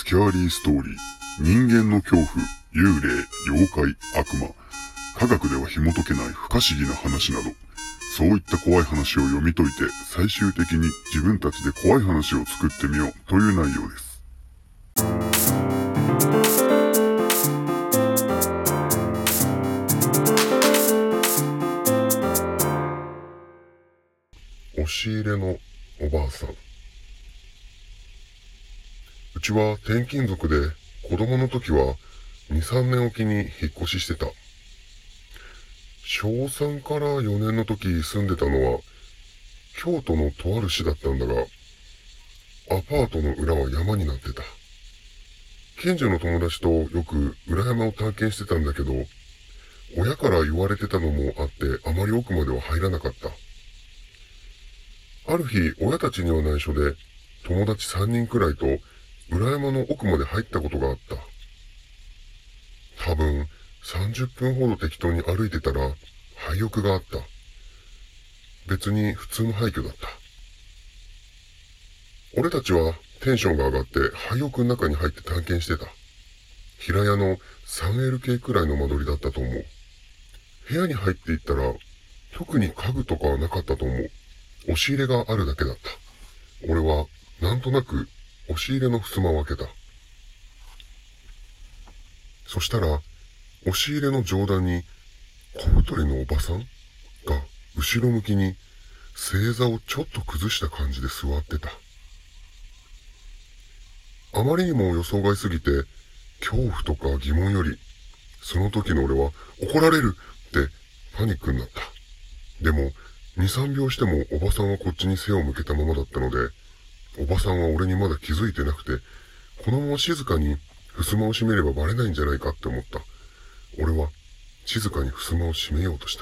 スキャーリーストーリー、人間の恐怖、幽霊、妖怪、悪魔、科学では紐解けない不可思議な話など、そういった怖い話を読み解いて、最終的に自分たちで怖い話を作ってみようという内容です。 押し入れのおばあさん。うちは転勤族で、子供の時は2、3年おきに引っ越ししてた。小3から4年の時住んでたのは、京都のとある市だったんだが、アパートの裏は山になってた。近所の友達とよく裏山を探検してたんだけど、親から言われてたのもあってあまり奥までは入らなかった。ある日、親たちには内緒で、友達3人くらいと裏山の奥まで入ったことがあった。多分、30分ほど適当に歩いてたら、廃屋があった。別に普通の廃墟だった。俺たちはテンションが上がって廃屋の中に入って探検してた。平屋の 3LK くらいの間取りだったと思う。部屋に入っていったら、特に家具とかはなかったと思う。押し入れがあるだけだった。俺は、なんとなく、押し入れの襖を開けた。そしたら、押し入れの上段に、小太りのおばさんが、後ろ向きに、正座をちょっと崩した感じで座ってた。あまりにも予想外すぎて、恐怖とか疑問より、その時の俺は、怒られるってパニックになった。でも、2、3秒してもおばさんはこっちに背を向けたままだったので、おばさんは俺にまだ気づいてなくて、このまま静かに襖を閉めればバレないんじゃないかって思った。俺は静かに襖を閉めようとした。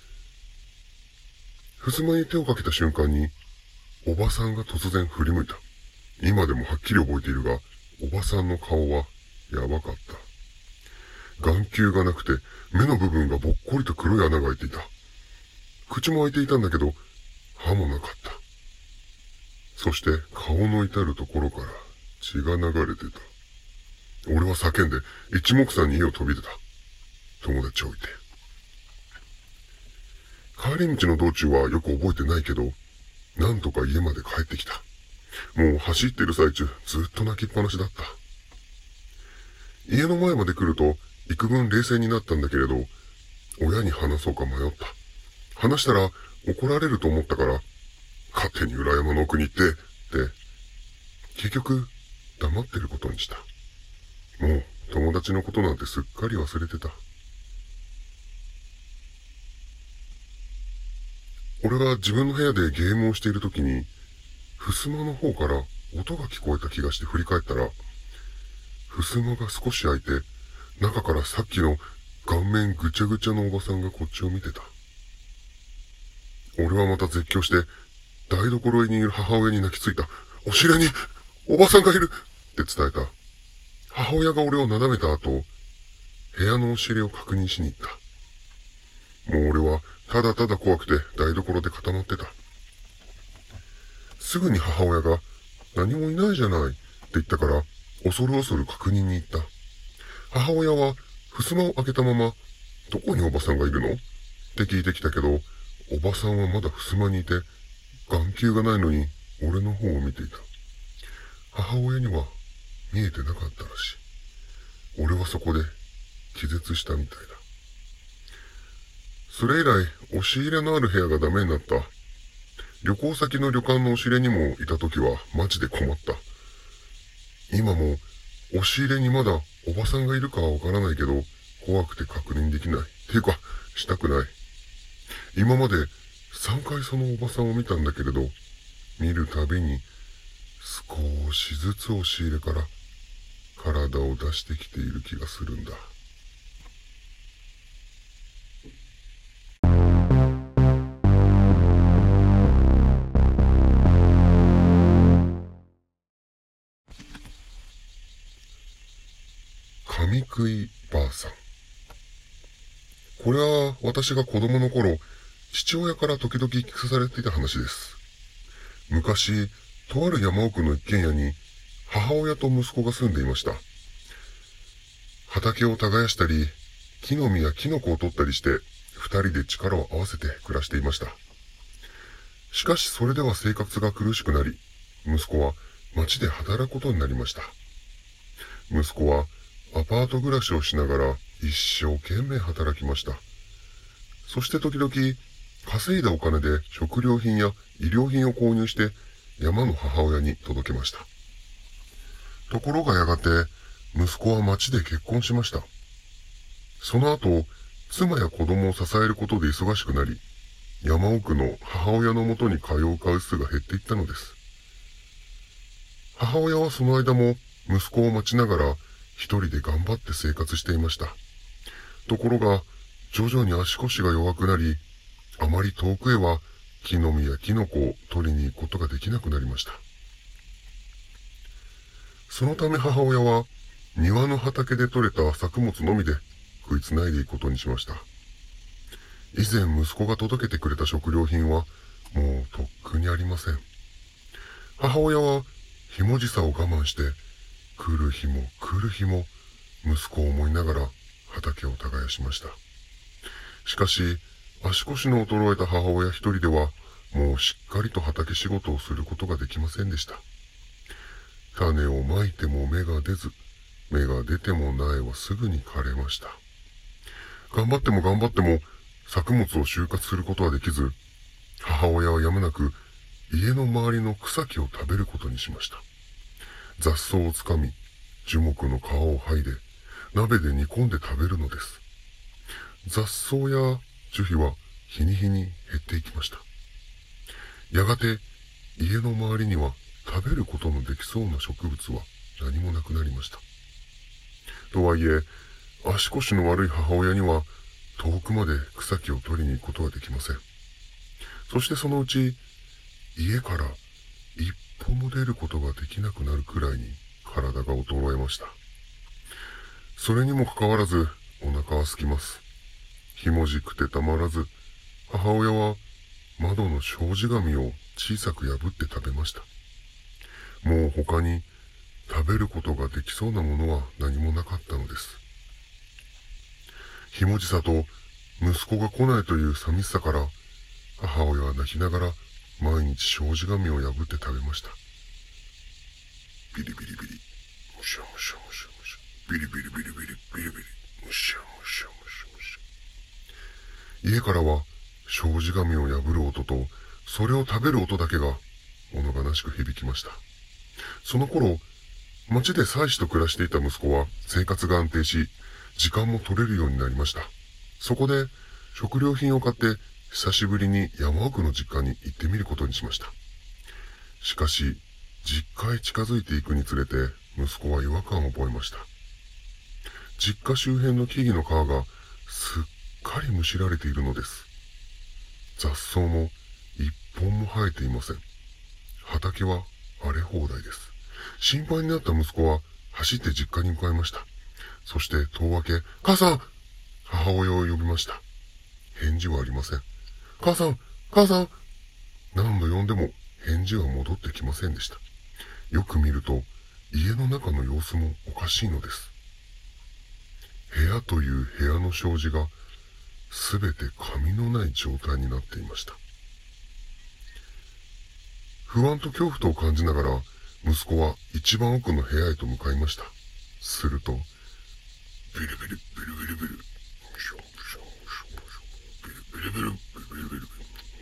襖に手をかけた瞬間に、おばさんが突然振り向いた。今でもはっきり覚えているが、おばさんの顔はやばかった。眼球がなくて、目の部分がぼっこりと黒い穴が開いていた。口も開いていたんだけど、歯もなかった。そして顔の至るところから血が流れてた。俺は叫んで一目散に家を飛び出た。友達を置いて。帰り道の道中はよく覚えてないけど、なんとか家まで帰ってきた。もう走ってる最中ずっと泣きっぱなしだった。家の前まで来ると幾分冷静になったんだけれど、親に話そうか迷った。話したら怒られると思ったから、勝手に裏山の奥に行って、結局、黙ってることにした。もう、友達のことなんてすっかり忘れてた。俺が自分の部屋でゲームをしているときに、襖の方から音が聞こえた気がして振り返ったら、襖が少し開いて、中からさっきの顔面ぐちゃぐちゃのおばさんがこっちを見てた。俺はまた絶叫して、台所にいる母親に泣きついた。押し入れに、おばさんがいるって伝えた。母親が俺をなだめた後、部屋の押し入れを確認しに行った。もう俺は、ただただ怖くて台所で固まってた。すぐに母親が、何もいないじゃないって言ったから、恐る恐る確認に行った。母親は、襖を開けたまま、どこにおばさんがいるのって聞いてきたけど、おばさんはまだ襖にいて、眼球がないのに俺の方を見ていた。母親には見えてなかったらしい。俺はそこで気絶したみたいだ。それ以来、押し入れのある部屋がダメになった。旅行先の旅館の押し入れにもいた時はマジで困った。今も押し入れにまだおばさんがいるかはわからないけど、怖くて確認できない。ていうか、したくない。今まで3回そのおばさんを見たんだけれど、見るたびに少しずつ押し入れから体を出してきている気がするんだ。紙食いばあさん。これは私が子供の頃、父親から時々聞かされていた話です。昔、とある山奥の一軒家に母親と息子が住んでいました。畑を耕したり、木の実やキノコを取ったりして、二人で力を合わせて暮らしていました。しかしそれでは生活が苦しくなり、息子は町で働くことになりました。息子はアパート暮らしをしながら一生懸命働きました。そして時々稼いだお金で食料品や医療品を購入して山の母親に届けました。ところがやがて息子は町で結婚しました。その後、妻や子供を支えることで忙しくなり、山奥の母親のもとに通う回数が減っていったのです。母親はその間も息子を待ちながら一人で頑張って生活していました。ところが、徐々に足腰が弱くなり、あまり遠くへは木の実やキノコを取りに行くことができなくなりました。そのため母親は庭の畑で採れた作物のみで食いつないでいくことにしました。以前息子が届けてくれた食料品はもうとっくにありません。母親はひもじさを我慢して来る日も来る日も息子を思いながら畑を耕しました。しかし足腰の衰えた母親一人ではもうしっかりと畑仕事をすることができませんでした。種をまいても芽が出ず、芽が出ても苗はすぐに枯れました。頑張っても頑張っても作物を収穫することはできず、母親はやむなく家の周りの草木を食べることにしました。雑草をつかみ、樹木の皮を剥いで、鍋で煮込んで食べるのです。雑草や樹皮は日に日に減っていきました。やがて家の周りには食べることのできそうな植物は何もなくなりました。とはいえ、足腰の悪い母親には遠くまで草木を取りに行くことはできません。そしてそのうち家から一歩も出ることができなくなるくらいに体が衰えました。それにもかかわらずお腹は空きます。ひもじくてたまらず、母親は窓の障子紙を小さく破って食べました。もう他に食べることができそうなものは何もなかったのです。ひもじさと息子が来ないという寂しさから、母親は泣きながら毎日障子紙を破って食べました。ビリビリビリ、むしゃむしゃむしゃむしゃ、ビリビリビリビリビリビリ、むしゃむしゃむしゃむしゃ。家からは障子紙を破る音と、それを食べる音だけが物悲しく響きました。その頃、町で妻子と暮らしていた息子は生活が安定し、時間も取れるようになりました。そこで食料品を買って久しぶりに山奥の実家に行ってみることにしました。しかし、実家へ近づいていくにつれて息子は違和感を覚えました。実家周辺の木々の皮がすっかりむしられているのです。雑草も一本も生えていません。畑は荒れ放題です。心配になった息子は走って実家に向かいました。そして戸を開け、母さん！母親を呼びました。返事はありません。母さん！母さん！何度呼んでも返事は戻ってきませんでした。よく見ると家の中の様子もおかしいのです。部屋という部屋の障子がすべて紙のない状態になっていました。不安と恐怖とを感じながら息子は一番奥の部屋へと向かいました。すると、ビリビリビリビリビリ、ビリビリビリビリビリビリ、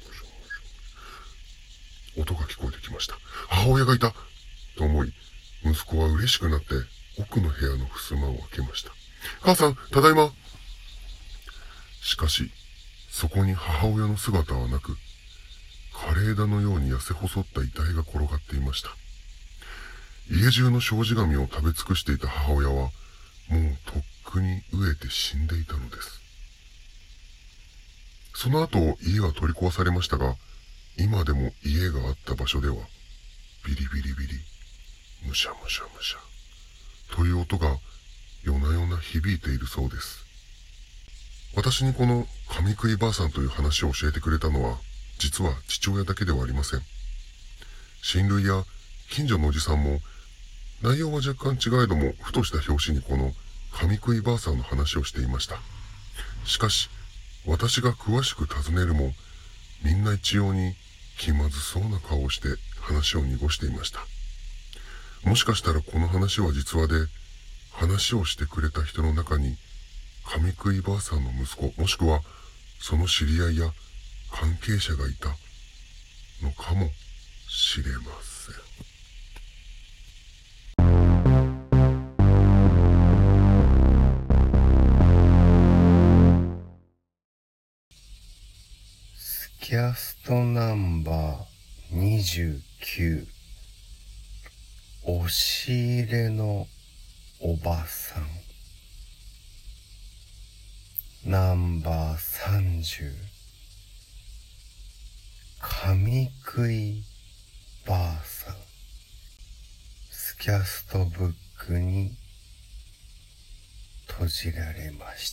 音が聞こえてきました。母親がいたと思い、息子は嬉しくなって奥の部屋の襖を開けました。母さん、ただいま。しかし、そこに母親の姿はなく、枯れ枝のように痩せ細った遺体が転がっていました。家中の障子紙を食べ尽くしていた母親は、もうとっくに飢えて死んでいたのです。その後、家は取り壊されましたが、今でも家があった場所では、ビリビリビリ、むしゃむしゃむしゃ、という音が夜な夜な響いているそうです。私にこの紙食いばあさんという話を教えてくれたのは、実は父親だけではありません。親類や近所のおじさんも、 内容は若干違えども、ふとした拍子にこの紙食いばあさんの話をしていました。しかし、私が詳しく尋ねるも、みんな一様に気まずそうな顔をして話を濁していました。もしかしたらこの話は実話で、話をしてくれた人の中に、紙食いばあさんの息子、もしくはその知り合いや関係者がいたのかもしれません。 スキャストナンバー29、押し入れのおばさん。ナンバー30、紙食いばあさん。スキャストブックに閉じられました。